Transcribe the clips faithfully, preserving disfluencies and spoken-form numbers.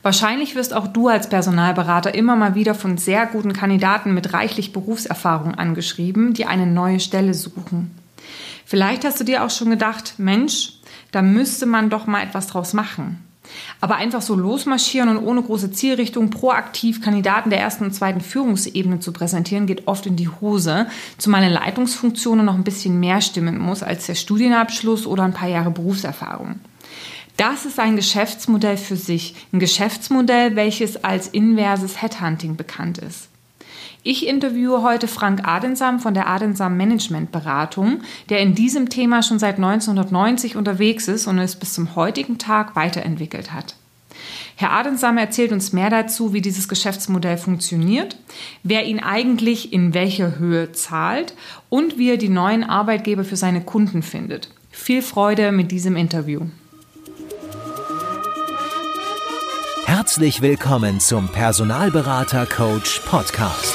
Wahrscheinlich wirst auch du als Personalberater immer mal wieder von sehr guten Kandidaten mit reichlich Berufserfahrung angeschrieben, die eine neue Stelle suchen. Vielleicht hast du dir auch schon gedacht, Mensch, da müsste man doch mal etwas draus machen. Aber einfach so losmarschieren und ohne große Zielrichtung proaktiv Kandidaten der ersten und zweiten Führungsebene zu präsentieren, geht oft in die Hose, zumal eine Leitungsfunktion noch ein bisschen mehr stimmen muss als der Studienabschluss oder ein paar Jahre Berufserfahrung. Das ist ein Geschäftsmodell für sich, ein Geschäftsmodell, welches als inverses Headhunting bekannt ist. Ich interviewe heute Frank Adensam von der Adensam Management Beratung, der in diesem Thema schon seit neunzehnhundertneunzig unterwegs ist und es bis zum heutigen Tag weiterentwickelt hat. Herr Adensam erzählt uns mehr dazu, wie dieses Geschäftsmodell funktioniert, wer ihn eigentlich in welcher Höhe zahlt und wie er die neuen Arbeitgeber für seine Kunden findet. Viel Freude mit diesem Interview. Herzlich willkommen zum Personalberater Coach Podcast.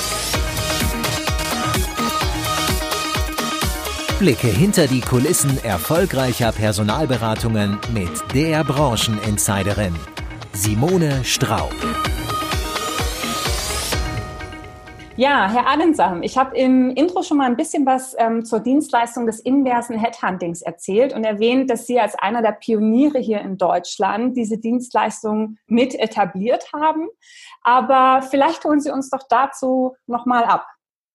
Blicke hinter die Kulissen erfolgreicher Personalberatungen mit der Brancheninsiderin Simone Straub. Ja, Herr Adensam, ich habe im Intro schon mal ein bisschen was ähm, zur Dienstleistung des inversen Headhuntings erzählt und erwähnt, dass Sie als einer der Pioniere hier in Deutschland diese Dienstleistung mit etabliert haben. Aber vielleicht holen Sie uns doch dazu nochmal ab.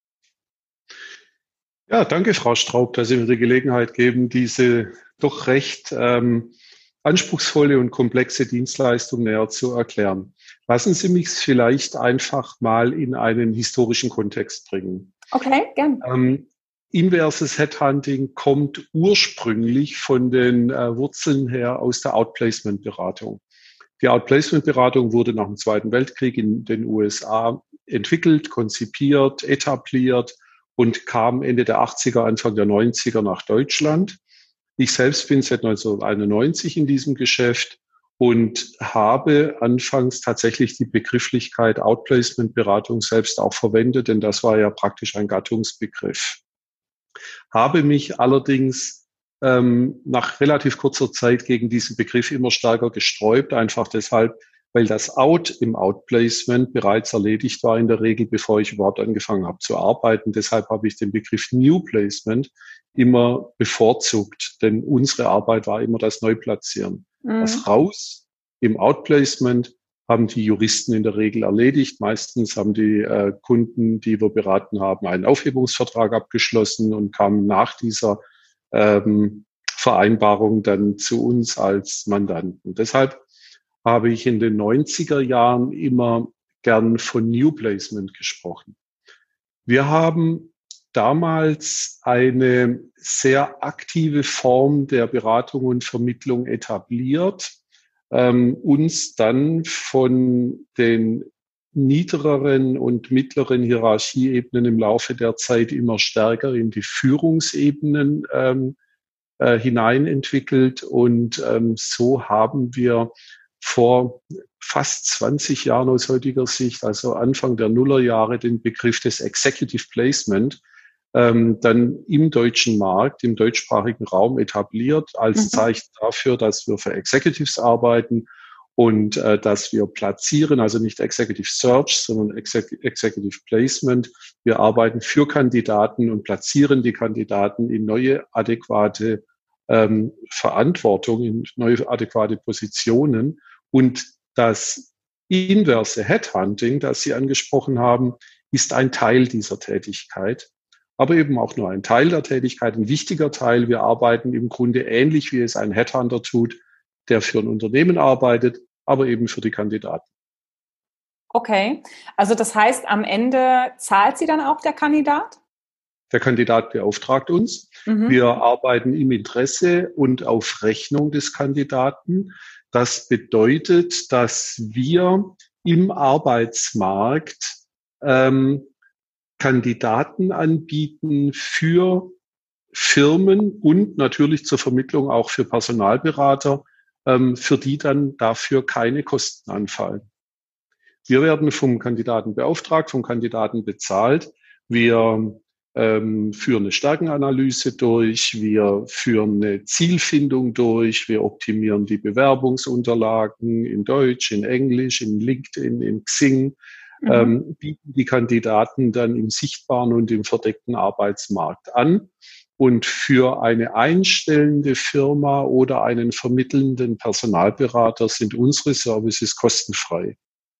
Ja, danke, Frau Straub, dass Sie mir die Gelegenheit geben, diese doch recht ähm, anspruchsvolle und komplexe Dienstleistung näher zu erklären. Lassen Sie mich es vielleicht einfach mal in einen historischen Kontext bringen. Okay, gern. Ähm, inverses Headhunting kommt ursprünglich von den äh, Wurzeln her aus der Outplacement-Beratung. Die Outplacement-Beratung wurde nach dem Zweiten Weltkrieg in den U S A entwickelt, konzipiert, etabliert und kam Ende der achtziger, Anfang der neunziger nach Deutschland. Ich selbst bin seit neunzehnhunderteinundneunzig in diesem Geschäft und habe anfangs tatsächlich die Begrifflichkeit Outplacement-Beratung selbst auch verwendet, denn das war ja praktisch ein Gattungsbegriff. Habe mich allerdings ähm, nach relativ kurzer Zeit gegen diesen Begriff immer stärker gesträubt, einfach deshalb, weil das Out im Outplacement bereits erledigt war in der Regel, bevor ich überhaupt angefangen habe zu arbeiten. Deshalb habe ich den Begriff New Placement immer bevorzugt, denn unsere Arbeit war immer das Neuplatzieren. Mhm. Das Raus im Outplacement haben die Juristen in der Regel erledigt. Meistens haben die äh, Kunden, die wir beraten haben, einen Aufhebungsvertrag abgeschlossen und kamen nach dieser ähm, Vereinbarung dann zu uns als Mandanten. Deshalb habe ich in den neunziger Jahren immer gern von New Placement gesprochen. Wir haben damals eine sehr aktive Form der Beratung und Vermittlung etabliert, ähm, uns dann von den niedrigeren und mittleren Hierarchieebenen im Laufe der Zeit immer stärker in die Führungsebenen ähm, äh, hineinentwickelt. Und ähm, so haben wir vor fast zwanzig Jahren aus heutiger Sicht, also Anfang der Nullerjahre, den Begriff des Executive Placement ähm, dann im deutschen Markt, im deutschsprachigen Raum etabliert, als Zeichen dafür, dass wir für Executives arbeiten und äh, dass wir platzieren, also nicht Executive Search, sondern Exec- Executive Placement. Wir arbeiten für Kandidaten und platzieren die Kandidaten in neue, adäquate ähm, Verantwortung, in neue, adäquate Positionen. Und das inverse Headhunting, das Sie angesprochen haben, ist ein Teil dieser Tätigkeit, aber eben auch nur ein Teil der Tätigkeit, ein wichtiger Teil. Wir arbeiten im Grunde ähnlich, wie es ein Headhunter tut, der für ein Unternehmen arbeitet, aber eben für die Kandidaten. Okay, also das heißt, am Ende zahlt Sie dann auch der Kandidat? Der Kandidat beauftragt uns. Mhm. Wir arbeiten im Interesse und auf Rechnung des Kandidaten. Das bedeutet, dass wir im Arbeitsmarkt ähm, Kandidaten anbieten für Firmen und natürlich zur Vermittlung auch für Personalberater, ähm, für die dann dafür keine Kosten anfallen. Wir werden vom Kandidaten beauftragt, vom Kandidaten bezahlt. Wir ähm, führen eine Stärkenanalyse durch, wir führen eine Zielfindung durch, wir optimieren die Bewerbungsunterlagen in Deutsch, in Englisch, in LinkedIn, in Xing, mhm. ähm, bieten die Kandidaten dann im sichtbaren und im verdeckten Arbeitsmarkt an. Und für eine einstellende Firma oder einen vermittelnden Personalberater sind unsere Services kostenfrei.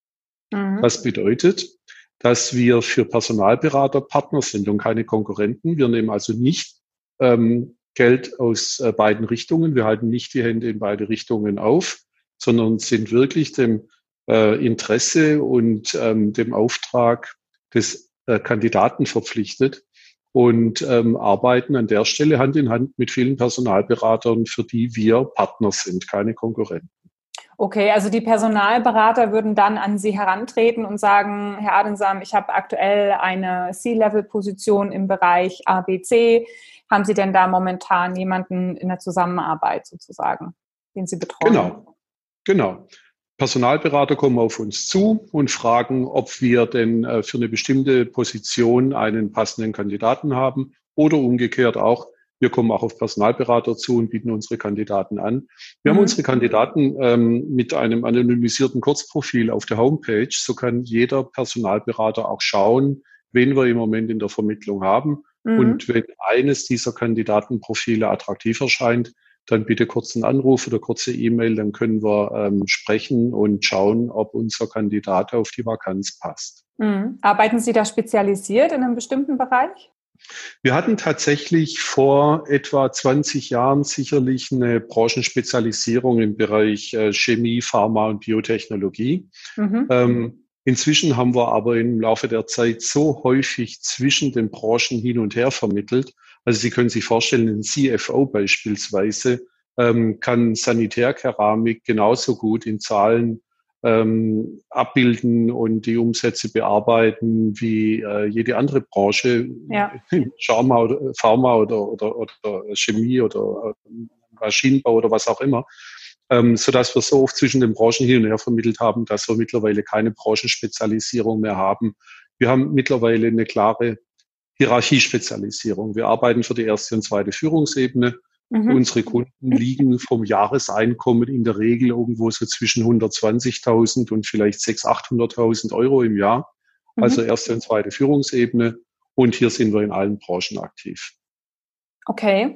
Mhm. Das bedeutet, dass wir für Personalberater Partner sind und keine Konkurrenten. Wir nehmen also nicht ähm, Geld aus äh, beiden Richtungen. Wir halten nicht die Hände in beide Richtungen auf, sondern sind wirklich dem äh, Interesse und ähm, dem Auftrag des äh, Kandidaten verpflichtet und ähm, arbeiten an der Stelle Hand in Hand mit vielen Personalberatern, für die wir Partner sind, keine Konkurrenten. Okay, also die Personalberater würden dann an Sie herantreten und sagen, Herr Adensam, ich habe aktuell eine C-Level-Position im Bereich A B C. Haben Sie denn da momentan jemanden in der Zusammenarbeit sozusagen, den Sie betreuen? Genau, genau. Personalberater kommen auf uns zu und fragen, ob wir denn äh, für eine bestimmte Position einen passenden Kandidaten haben oder umgekehrt auch, wir kommen auch auf Personalberater zu und bieten unsere Kandidaten an. Wir mhm. haben unsere Kandidaten ähm, mit einem anonymisierten Kurzprofil auf der Homepage. So kann jeder Personalberater auch schauen, wen wir im Moment in der Vermittlung haben. Mhm. Und wenn eines dieser Kandidatenprofile attraktiv erscheint, dann bitte kurz einen Anruf oder kurze E-Mail, dann können wir ähm, sprechen und schauen, ob unser Kandidat auf die Vakanz passt. Mhm. Arbeiten Sie da spezialisiert in einem bestimmten Bereich? Wir hatten tatsächlich vor etwa zwanzig Jahren sicherlich eine Branchenspezialisierung im Bereich äh, Chemie, Pharma und Biotechnologie. Mhm. Ähm, inzwischen haben wir aber im Laufe der Zeit so häufig zwischen den Branchen hin und her vermittelt. Also Sie können sich vorstellen, ein C F O beispielsweise ähm, kann Sanitärkeramik genauso gut in Zahlen ähm, abbilden und die Umsätze bearbeiten wie äh, jede andere Branche, ja. Pharma oder, Pharma oder, oder, oder Chemie oder äh, Maschinenbau oder was auch immer, ähm, sodass wir so oft zwischen den Branchen hin und her vermittelt haben, dass wir mittlerweile keine Branchenspezialisierung mehr haben. Wir haben mittlerweile eine klare Hierarchiespezialisierung. Wir arbeiten für die erste und zweite Führungsebene. Mhm. Unsere Kunden liegen vom Jahreseinkommen in der Regel irgendwo so zwischen hundertzwanzigtausend und vielleicht sechshunderttausend, achthunderttausend Euro im Jahr. Mhm. Also erste und zweite Führungsebene. Und hier sind wir in allen Branchen aktiv. Okay.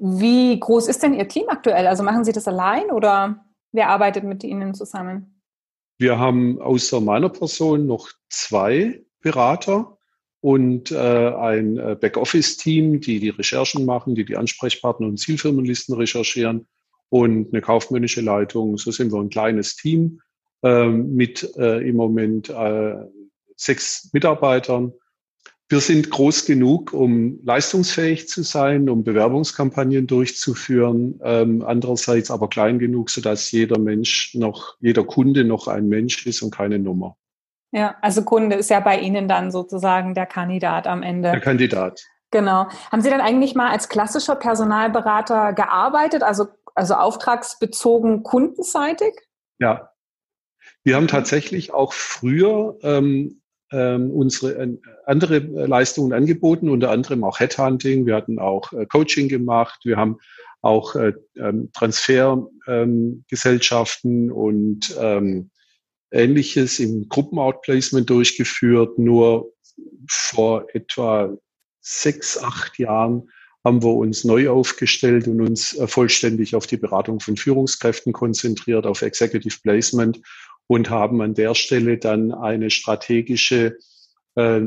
Wie groß ist denn Ihr Team aktuell? Also machen Sie das allein oder wer arbeitet mit Ihnen zusammen? Wir haben außer meiner Person noch zwei Berater und äh, ein äh, Backoffice-Team, die die Recherchen machen, die die Ansprechpartner und Zielfirmenlisten recherchieren und eine kaufmännische Leitung. So sind wir ein kleines Team äh, mit äh, im Moment äh, sechs Mitarbeitern. Wir sind groß genug, um leistungsfähig zu sein, um Bewerbungskampagnen durchzuführen, ähm, andererseits aber klein genug, sodass jeder Mensch noch, jeder Kunde noch ein Mensch ist und keine Nummer. Ja, also Kunde ist ja bei Ihnen dann sozusagen der Kandidat am Ende. Der Kandidat. Genau. Haben Sie dann eigentlich mal als klassischer Personalberater gearbeitet, also, also auftragsbezogen kundenseitig? Ja. Wir haben tatsächlich auch früher ähm, ähm, unsere äh, andere Leistungen angeboten, unter anderem auch Headhunting. Wir hatten auch äh, Coaching gemacht. Wir haben auch äh, ähm, Transfergesellschaften ähm, und ähm, Ähnliches im Gruppenoutplacement durchgeführt. Nur vor etwa sechs, acht Jahren haben wir uns neu aufgestellt und uns vollständig auf die Beratung von Führungskräften konzentriert, auf Executive Placement und haben an der Stelle dann eine strategische äh,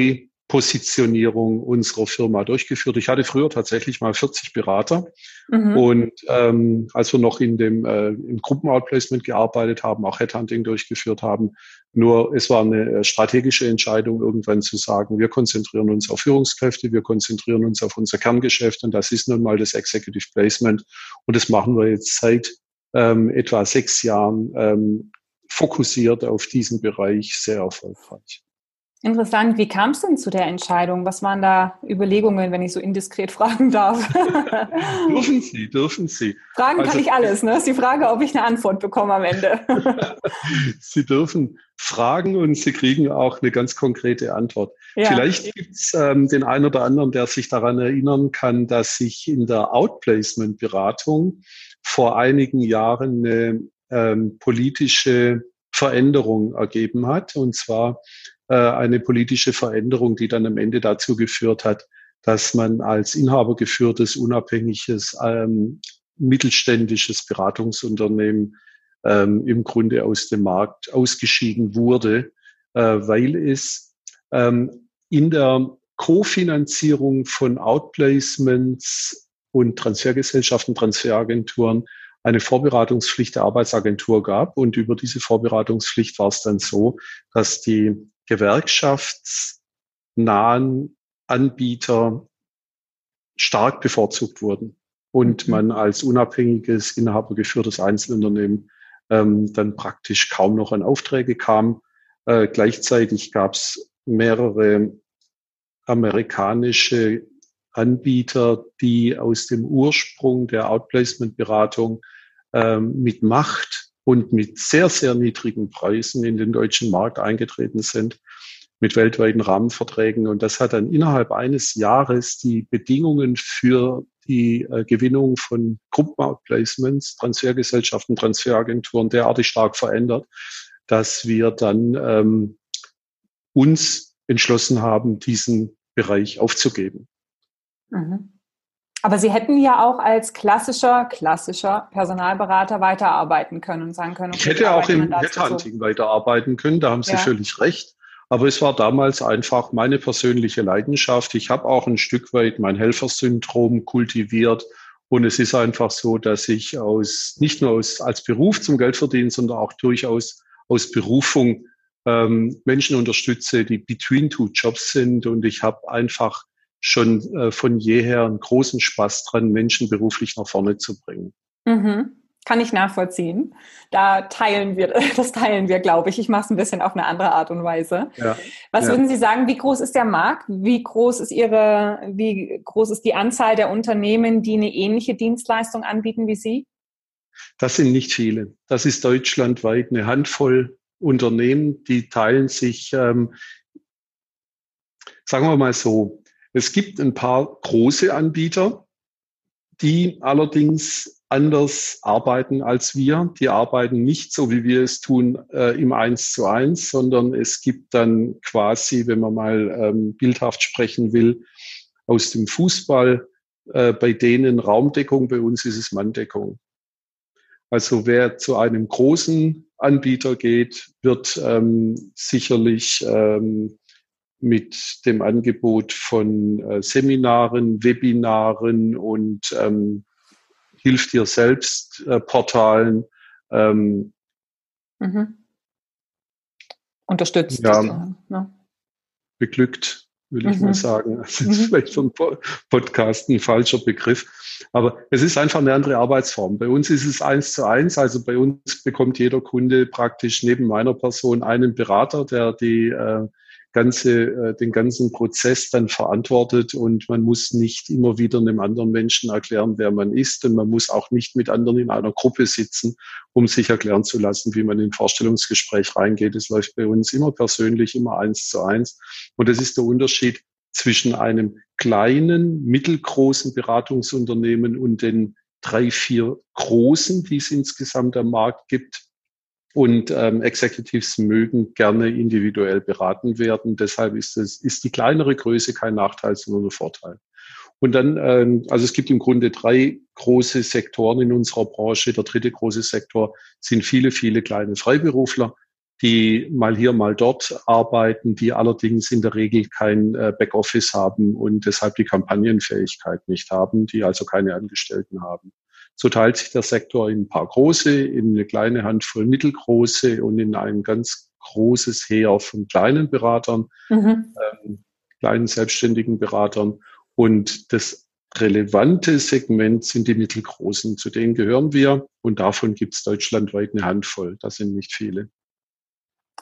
Neupositionierung unserer Firma durchgeführt. Ich hatte früher tatsächlich mal vierzig Berater. Mhm. Und ähm, als wir noch in dem äh, im Gruppenoutplacement gearbeitet haben, auch Headhunting durchgeführt haben, nur es war eine strategische Entscheidung, irgendwann zu sagen, wir konzentrieren uns auf Führungskräfte, wir konzentrieren uns auf unser Kerngeschäft und das ist nun mal das Executive Placement und das machen wir jetzt seit ähm, etwa sechs Jahren ähm, fokussiert auf diesen Bereich sehr erfolgreich. Interessant. Wie kam es denn zu der Entscheidung? Was waren da Überlegungen, wenn ich so indiskret fragen darf? Dürfen Sie, dürfen Sie. Fragen also, kann ich alles, ne? Ist die Frage, ob ich eine Antwort bekomme am Ende. Sie dürfen fragen und Sie kriegen auch eine ganz konkrete Antwort. Ja. Vielleicht gibt es ähm, den einen oder anderen, der sich daran erinnern kann, dass sich in der Outplacement-Beratung vor einigen Jahren eine ähm, politische Veränderung ergeben hat. Und zwar äh, eine politische Veränderung, die dann am Ende dazu geführt hat, dass man als inhabergeführtes, unabhängiges, ähm, mittelständisches Beratungsunternehmen ähm, im Grunde aus dem Markt ausgeschieden wurde, äh, weil es ähm, in der Kofinanzierung von Outplacements und Transfergesellschaften, Transferagenturen eine Vorberatungspflicht der Arbeitsagentur gab. Und über diese Vorberatungspflicht war es dann so, dass die gewerkschaftsnahen Anbieter stark bevorzugt wurden und man als unabhängiges, inhabergeführtes Einzelunternehmen ähm, dann praktisch kaum noch an Aufträge kam. Äh, gleichzeitig gab es mehrere amerikanische Anbieter, die aus dem Ursprung der Outplacement-Beratung ähm, mit Macht und mit sehr, sehr niedrigen Preisen in den deutschen Markt eingetreten sind, mit weltweiten Rahmenverträgen. Und das hat dann innerhalb eines Jahres die Bedingungen für die äh, Gewinnung von Gruppen-Outplacements, Transfergesellschaften, Transferagenturen derartig stark verändert, dass wir dann ähm, uns entschlossen haben, diesen Bereich aufzugeben. Mhm. Aber Sie hätten ja auch als klassischer, klassischer Personalberater weiterarbeiten können und sagen können, okay, ich hätte auch im Headhunting weiterarbeiten können, da haben Sie ja völlig recht. Aber es war damals einfach meine persönliche Leidenschaft. Ich habe auch ein Stück weit mein Helfersyndrom kultiviert. Und es ist einfach so, dass ich aus nicht nur aus, als Beruf zum Geldverdienen, sondern auch durchaus aus Berufung ähm, Menschen unterstütze, die between two Jobs sind. Und ich habe einfach schon äh, von jeher einen großen Spaß dran, Menschen beruflich nach vorne zu bringen. Mhm. Kann ich nachvollziehen. Da teilen wir, das teilen wir, glaube ich. Ich mache es ein bisschen auf eine andere Art und Weise. Ja. Was ja. würden Sie sagen, wie groß ist der Markt? Wie groß ist Ihre, wie groß ist die Anzahl der Unternehmen, die eine ähnliche Dienstleistung anbieten wie Sie? Das sind nicht viele. Das ist deutschlandweit eine Handvoll Unternehmen, die teilen sich, ähm, sagen wir mal so, es gibt ein paar große Anbieter, die allerdings anders arbeiten als wir. Die arbeiten nicht so, wie wir es tun, äh, im Eins zu eins, sondern es gibt dann quasi, wenn man mal ähm, bildhaft sprechen will, aus dem Fußball, äh, bei denen Raumdeckung, bei uns ist es Manndeckung. Also wer zu einem großen Anbieter geht, wird ähm, sicherlich ähm, mit dem Angebot von äh, Seminaren, Webinaren und ähm, Hilf dir selbst äh, Portalen ähm, mhm. unterstützt. Ja, ja. Beglückt, will ich mhm. mal sagen. Das ist mhm. vielleicht für einen Podcast ein falscher Begriff. Aber es ist einfach eine andere Arbeitsform. Bei uns ist es eins zu eins. Also bei uns bekommt jeder Kunde praktisch neben meiner Person einen Berater, der die äh, ganze, den ganzen Prozess dann verantwortet und man muss nicht immer wieder einem anderen Menschen erklären, wer man ist und man muss auch nicht mit anderen in einer Gruppe sitzen, um sich erklären zu lassen, wie man in ein Vorstellungsgespräch reingeht. Es läuft bei uns immer persönlich, immer eins zu eins und das ist der Unterschied zwischen einem kleinen, mittelgroßen Beratungsunternehmen und den drei, vier großen, die es insgesamt am Markt gibt. Und ähm, Executives mögen gerne individuell beraten werden. Deshalb ist es ist die kleinere Größe kein Nachteil, sondern ein Vorteil. Und dann, ähm, also es gibt im Grunde drei große Sektoren in unserer Branche. Der dritte große Sektor sind viele, viele kleine Freiberufler, die mal hier, mal dort arbeiten, die allerdings in der Regel kein äh, Backoffice haben und deshalb die Kampagnenfähigkeit nicht haben, die also keine Angestellten haben. So teilt sich der Sektor in ein paar große, in eine kleine Handvoll mittelgroße und in ein ganz großes Heer von kleinen Beratern, mhm. ähm, kleinen selbstständigen Beratern. Und das relevante Segment sind die mittelgroßen. Zu denen gehören wir und davon gibt es deutschlandweit eine Handvoll. Das sind nicht viele.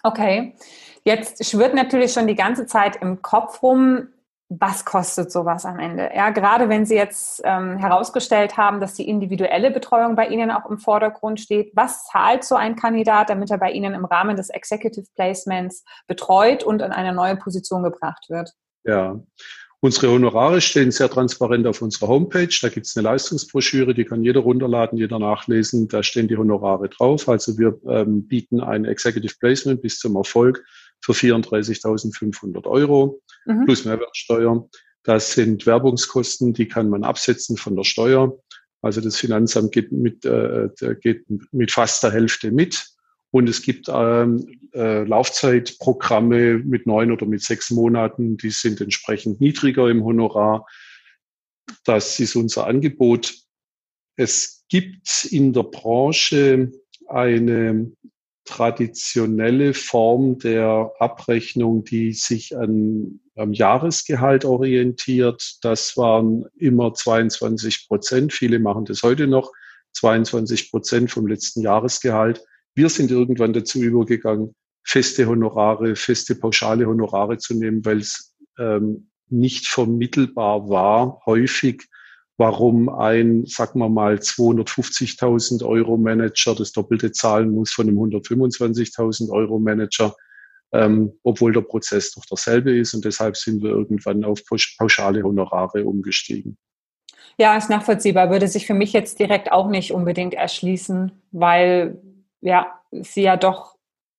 Okay, jetzt schwirrt natürlich schon die ganze Zeit im Kopf rum, was kostet sowas am Ende? Ja, gerade wenn Sie jetzt ähm, herausgestellt haben, dass die individuelle Betreuung bei Ihnen auch im Vordergrund steht. Was zahlt so ein Kandidat, damit er bei Ihnen im Rahmen des Executive Placements betreut und in eine neue Position gebracht wird? Ja, unsere Honorare stehen sehr transparent auf unserer Homepage. Da gibt es eine Leistungsbroschüre, die kann jeder runterladen, jeder nachlesen. Da stehen die Honorare drauf. Also wir ähm, bieten ein Executive Placement bis zum Erfolg für vierunddreißigtausendfünfhundert Euro mhm. plus Mehrwertsteuer. Das sind Werbungskosten, die kann man absetzen von der Steuer. Also das Finanzamt geht mit, äh, geht mit fast der Hälfte mit. Und es gibt ähm, äh, Laufzeitprogramme mit neun oder mit sechs Monaten, die sind entsprechend niedriger im Honorar. Das ist unser Angebot. Es gibt in der Branche eine traditionelle Form der Abrechnung, die sich an, am Jahresgehalt orientiert. Das waren immer zweiundzwanzig Prozent. Viele machen das heute noch. zweiundzwanzig Prozent vom letzten Jahresgehalt. Wir sind irgendwann dazu übergegangen, feste Honorare, feste pauschale Honorare zu nehmen, weil es ähm, nicht vermittelbar war, häufig, warum ein, sagen wir mal, zweihundertfünfzigtausend Euro Manager das Doppelte zahlen muss von einem hundertfünfundzwanzigtausend Euro Manager, ähm, obwohl der Prozess doch derselbe ist. Und deshalb sind wir irgendwann auf pauschale Honorare umgestiegen. Ja, ist nachvollziehbar. Würde sich für mich jetzt direkt auch nicht unbedingt erschließen, weil ja, Sie ja doch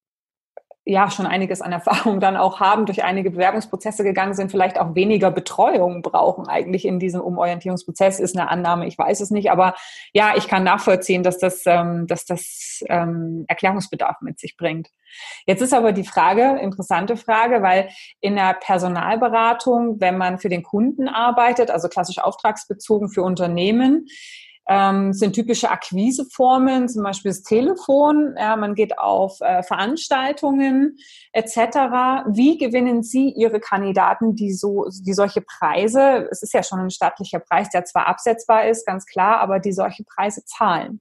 ja schon einiges an Erfahrung dann auch haben, durch einige Bewerbungsprozesse gegangen sind, vielleicht auch weniger Betreuung brauchen eigentlich in diesem Umorientierungsprozess, ist eine Annahme, ich weiß es nicht, aber ja, ich kann nachvollziehen, dass das, ähm, dass das ähm, Erklärungsbedarf mit sich bringt. Jetzt ist aber die Frage, interessante Frage, weil in der Personalberatung, wenn man für den Kunden arbeitet, also klassisch auftragsbezogen für Unternehmen, Ähm, sind typische Akquiseformen, zum Beispiel das Telefon, ja, man geht auf äh, Veranstaltungen et cetera. Wie gewinnen Sie Ihre Kandidaten, die so, die solche Preise, es ist ja schon ein stattlicher Preis, der zwar absetzbar ist, ganz klar, aber die solche Preise zahlen?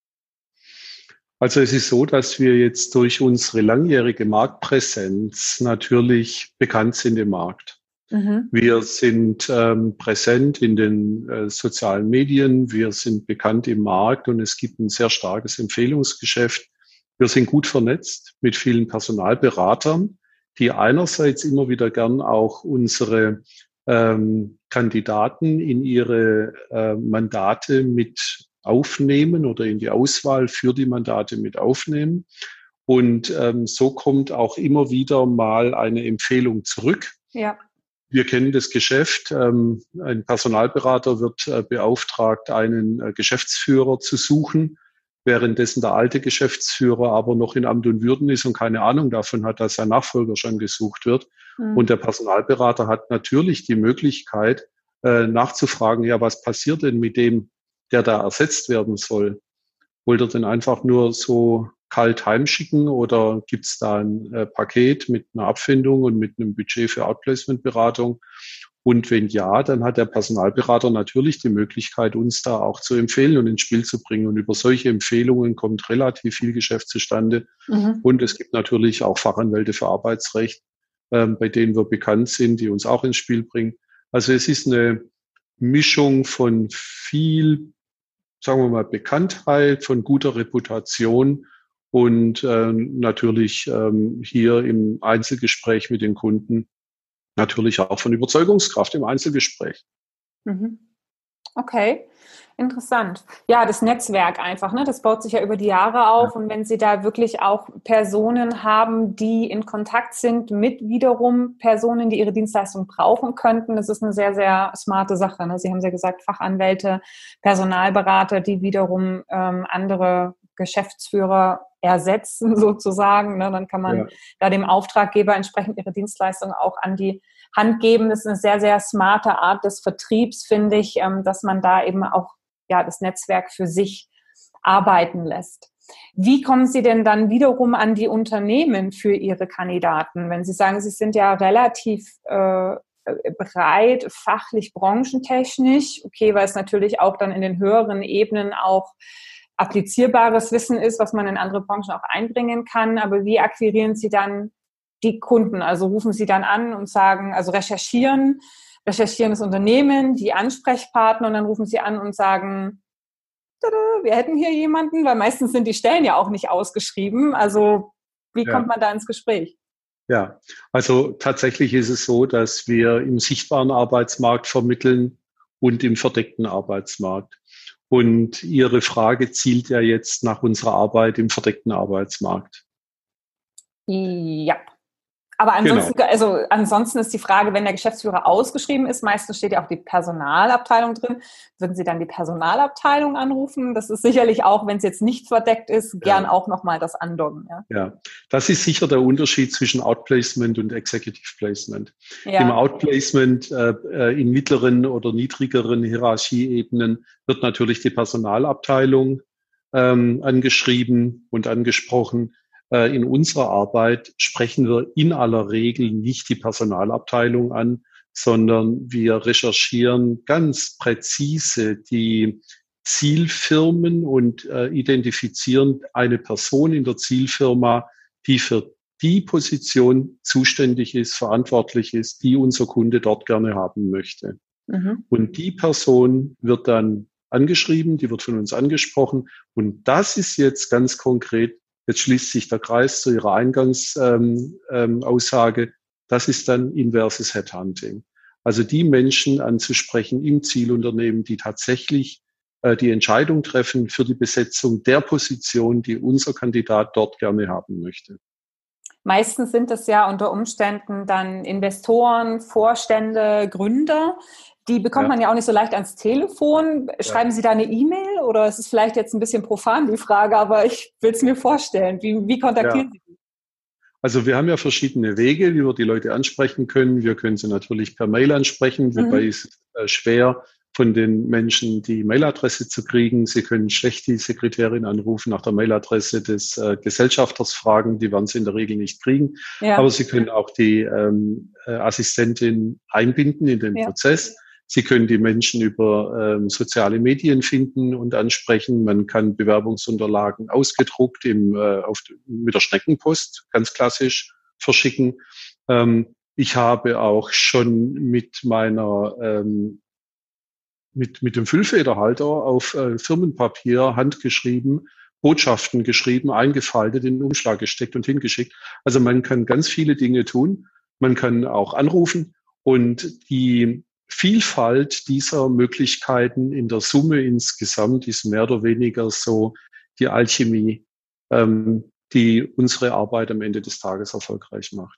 Also es ist so, dass wir jetzt durch unsere langjährige Marktpräsenz natürlich bekannt sind im Markt. Mhm. Wir sind ähm, präsent in den äh, sozialen Medien, wir sind bekannt im Markt und es gibt ein sehr starkes Empfehlungsgeschäft. Wir sind gut vernetzt mit vielen Personalberatern, die einerseits immer wieder gern auch unsere ähm, Kandidaten in ihre äh, Mandate mit aufnehmen oder in die Auswahl für die Mandate mit aufnehmen. Und ähm, so kommt auch immer wieder mal eine Empfehlung zurück. Ja. Wir kennen das Geschäft. Ein Personalberater wird beauftragt, einen Geschäftsführer zu suchen, währenddessen der alte Geschäftsführer aber noch in Amt und Würden ist und keine Ahnung davon hat, dass sein Nachfolger schon gesucht wird. Mhm. Und der Personalberater hat natürlich die Möglichkeit, nachzufragen, ja, was passiert denn mit dem, der da ersetzt werden soll? Wollt ihr denn einfach nur so kalt heimschicken oder gibt es da ein äh, Paket mit einer Abfindung und mit einem Budget für Outplacement-Beratung? Und wenn ja, dann hat der Personalberater natürlich die Möglichkeit, uns da auch zu empfehlen und ins Spiel zu bringen. Und über solche Empfehlungen kommt relativ viel Geschäft zustande. Mhm. Und es gibt natürlich auch Fachanwälte für Arbeitsrecht, ähm, bei denen wir bekannt sind, die uns auch ins Spiel bringen. Also es ist eine Mischung von viel, sagen wir mal, Bekanntheit, von guter Reputation und äh, natürlich ähm, hier im Einzelgespräch mit den Kunden natürlich auch von Überzeugungskraft im Einzelgespräch. Mhm. Okay, interessant. Ja, das Netzwerk einfach, ne? Das baut sich ja über die Jahre auf. Ja. Und wenn Sie da wirklich auch Personen haben, die in Kontakt sind mit wiederum Personen, die Ihre Dienstleistung brauchen könnten, das ist eine sehr, sehr smarte Sache. Ne? Sie haben ja gesagt, Fachanwälte, Personalberater, die wiederum ähm, andere Geschäftsführer ersetzen sozusagen. Ne? Dann kann man ja. da dem Auftraggeber entsprechend ihre Dienstleistung auch an die Hand geben. Das ist eine sehr, sehr smarte Art des Vertriebs, finde ich, ähm, dass man da eben auch ja das Netzwerk für sich arbeiten lässt. Wie kommen Sie denn dann wiederum an die Unternehmen für Ihre Kandidaten? Wenn Sie sagen, Sie sind ja relativ äh, breit, fachlich, branchentechnisch, okay, weil es natürlich auch dann in den höheren Ebenen auch applizierbares Wissen ist, was man in andere Branchen auch einbringen kann. Aber wie akquirieren Sie dann die Kunden? Also rufen Sie dann an und sagen, also recherchieren, recherchieren das Unternehmen, die Ansprechpartner und dann rufen Sie an und sagen, tada, wir hätten hier jemanden, weil meistens sind die Stellen ja auch nicht ausgeschrieben. Also wie Ja. kommt man da ins Gespräch? Ja, also tatsächlich ist es so, dass wir im sichtbaren Arbeitsmarkt vermitteln und im verdeckten Arbeitsmarkt. Und Ihre Frage zielt ja jetzt nach unserer Arbeit im verdeckten Arbeitsmarkt. Ja. Aber ansonsten, genau. also ansonsten ist die Frage, wenn der Geschäftsführer ausgeschrieben ist, meistens steht ja auch die Personalabteilung drin. Würden Sie dann die Personalabteilung anrufen? Das ist sicherlich auch, wenn es jetzt nicht verdeckt ist, gern ja. auch nochmal das andocken. Ja? ja, das ist sicher der Unterschied zwischen Outplacement und Executive Placement. Ja. Im Outplacement äh, in mittleren oder niedrigeren Hierarchieebenen wird natürlich die Personalabteilung ähm, angeschrieben und angesprochen. In unserer Arbeit sprechen wir in aller Regel nicht die Personalabteilung an, sondern wir recherchieren ganz präzise die Zielfirmen und äh, identifizieren eine Person in der Zielfirma, die für die Position zuständig ist, verantwortlich ist, die unser Kunde dort gerne haben möchte. Mhm. Und die Person wird dann angeschrieben, die wird von uns angesprochen. Und das ist jetzt ganz konkret. Jetzt schließt sich der Kreis zu Ihrer Eingangsaussage. Ähm, ähm, das ist dann inverses Headhunting. Also die Menschen anzusprechen im Zielunternehmen, die tatsächlich äh, die Entscheidung treffen für die Besetzung der Position, die unser Kandidat dort gerne haben möchte. Meistens sind es ja unter Umständen dann Investoren, Vorstände, Gründer. Die bekommt ja. man ja auch nicht so leicht ans Telefon. Schreiben ja. Sie da eine E-Mail oder ist es vielleicht jetzt ein bisschen profan, die Frage, aber ich will es mir vorstellen. Wie, wie kontaktieren ja. Sie die? Also wir haben ja verschiedene Wege, wie wir die Leute ansprechen können. Wir können sie natürlich per Mail ansprechen, mhm. wobei es äh, schwer von den Menschen die Mailadresse zu kriegen. Sie können schlecht die Sekretärin anrufen, nach der Mailadresse des äh, Gesellschafters fragen. Die werden sie in der Regel nicht kriegen. Ja. Aber Sie können auch die ähm, äh, Assistentin einbinden in den ja. Prozess. Sie können die Menschen über ähm, soziale Medien finden und ansprechen. Man kann Bewerbungsunterlagen ausgedruckt im, äh, auf, mit der Schneckenpost, ganz klassisch, verschicken. Ähm, ich habe auch schon mit meiner, ähm, mit, mit dem Füllfederhalter auf äh, Firmenpapier handgeschrieben, Botschaften geschrieben, eingefaltet, in den Umschlag gesteckt und hingeschickt. Also man kann ganz viele Dinge tun. Man kann auch anrufen und die Vielfalt dieser Möglichkeiten in der Summe insgesamt ist mehr oder weniger so die Alchemie, ähm, die unsere Arbeit am Ende des Tages erfolgreich macht.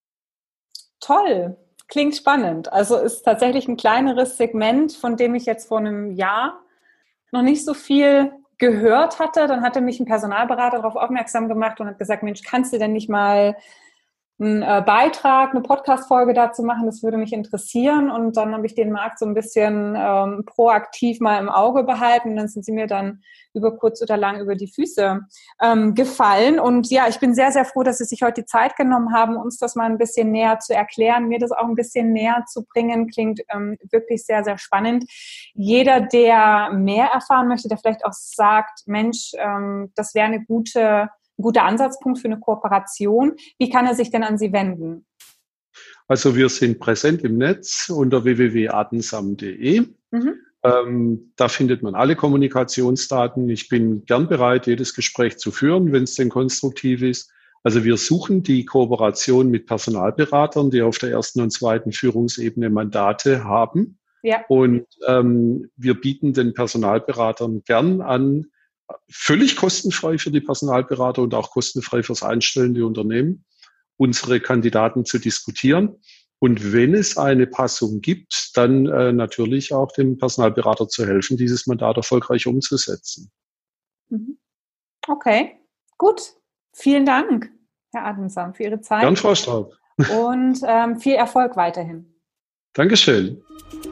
Toll, klingt spannend. Also ist tatsächlich ein kleineres Segment, von dem ich jetzt vor einem Jahr noch nicht so viel gehört hatte. Dann hatte mich ein Personalberater darauf aufmerksam gemacht und hat gesagt, Mensch, kannst du denn nicht mal einen äh, Beitrag, eine Podcast-Folge dazu machen, das würde mich interessieren. Und dann habe ich den Markt so ein bisschen ähm, proaktiv mal im Auge behalten. Und dann sind sie mir dann über kurz oder lang über die Füße ähm, gefallen. Und ja, ich bin sehr, sehr froh, dass Sie sich heute die Zeit genommen haben, uns das mal ein bisschen näher zu erklären, mir das auch ein bisschen näher zu bringen. Klingt ähm, wirklich sehr, sehr spannend. Jeder, der mehr erfahren möchte, der vielleicht auch sagt, Mensch, ähm, das wäre eine gute Ein guter Ansatzpunkt für eine Kooperation. Wie kann er sich denn an Sie wenden? Also wir sind präsent im Netz unter w w w punkt adensam punkt d e. Mhm. Ähm, da findet man alle Kommunikationsdaten. Ich bin gern bereit, jedes Gespräch zu führen, wenn es denn konstruktiv ist. Also wir suchen die Kooperation mit Personalberatern, die auf der ersten und zweiten Führungsebene Mandate haben. Ja. Und ähm, wir bieten den Personalberatern gern an, völlig kostenfrei für die Personalberater und auch kostenfrei fürs einstellende Unternehmen, unsere Kandidaten zu diskutieren. Und wenn es eine Passung gibt, dann äh, natürlich auch dem Personalberater zu helfen, dieses Mandat erfolgreich umzusetzen. Okay, gut. Vielen Dank, Herr Adensam, für Ihre Zeit. Gern, Frau Straub. Und ähm, viel Erfolg weiterhin. Dankeschön.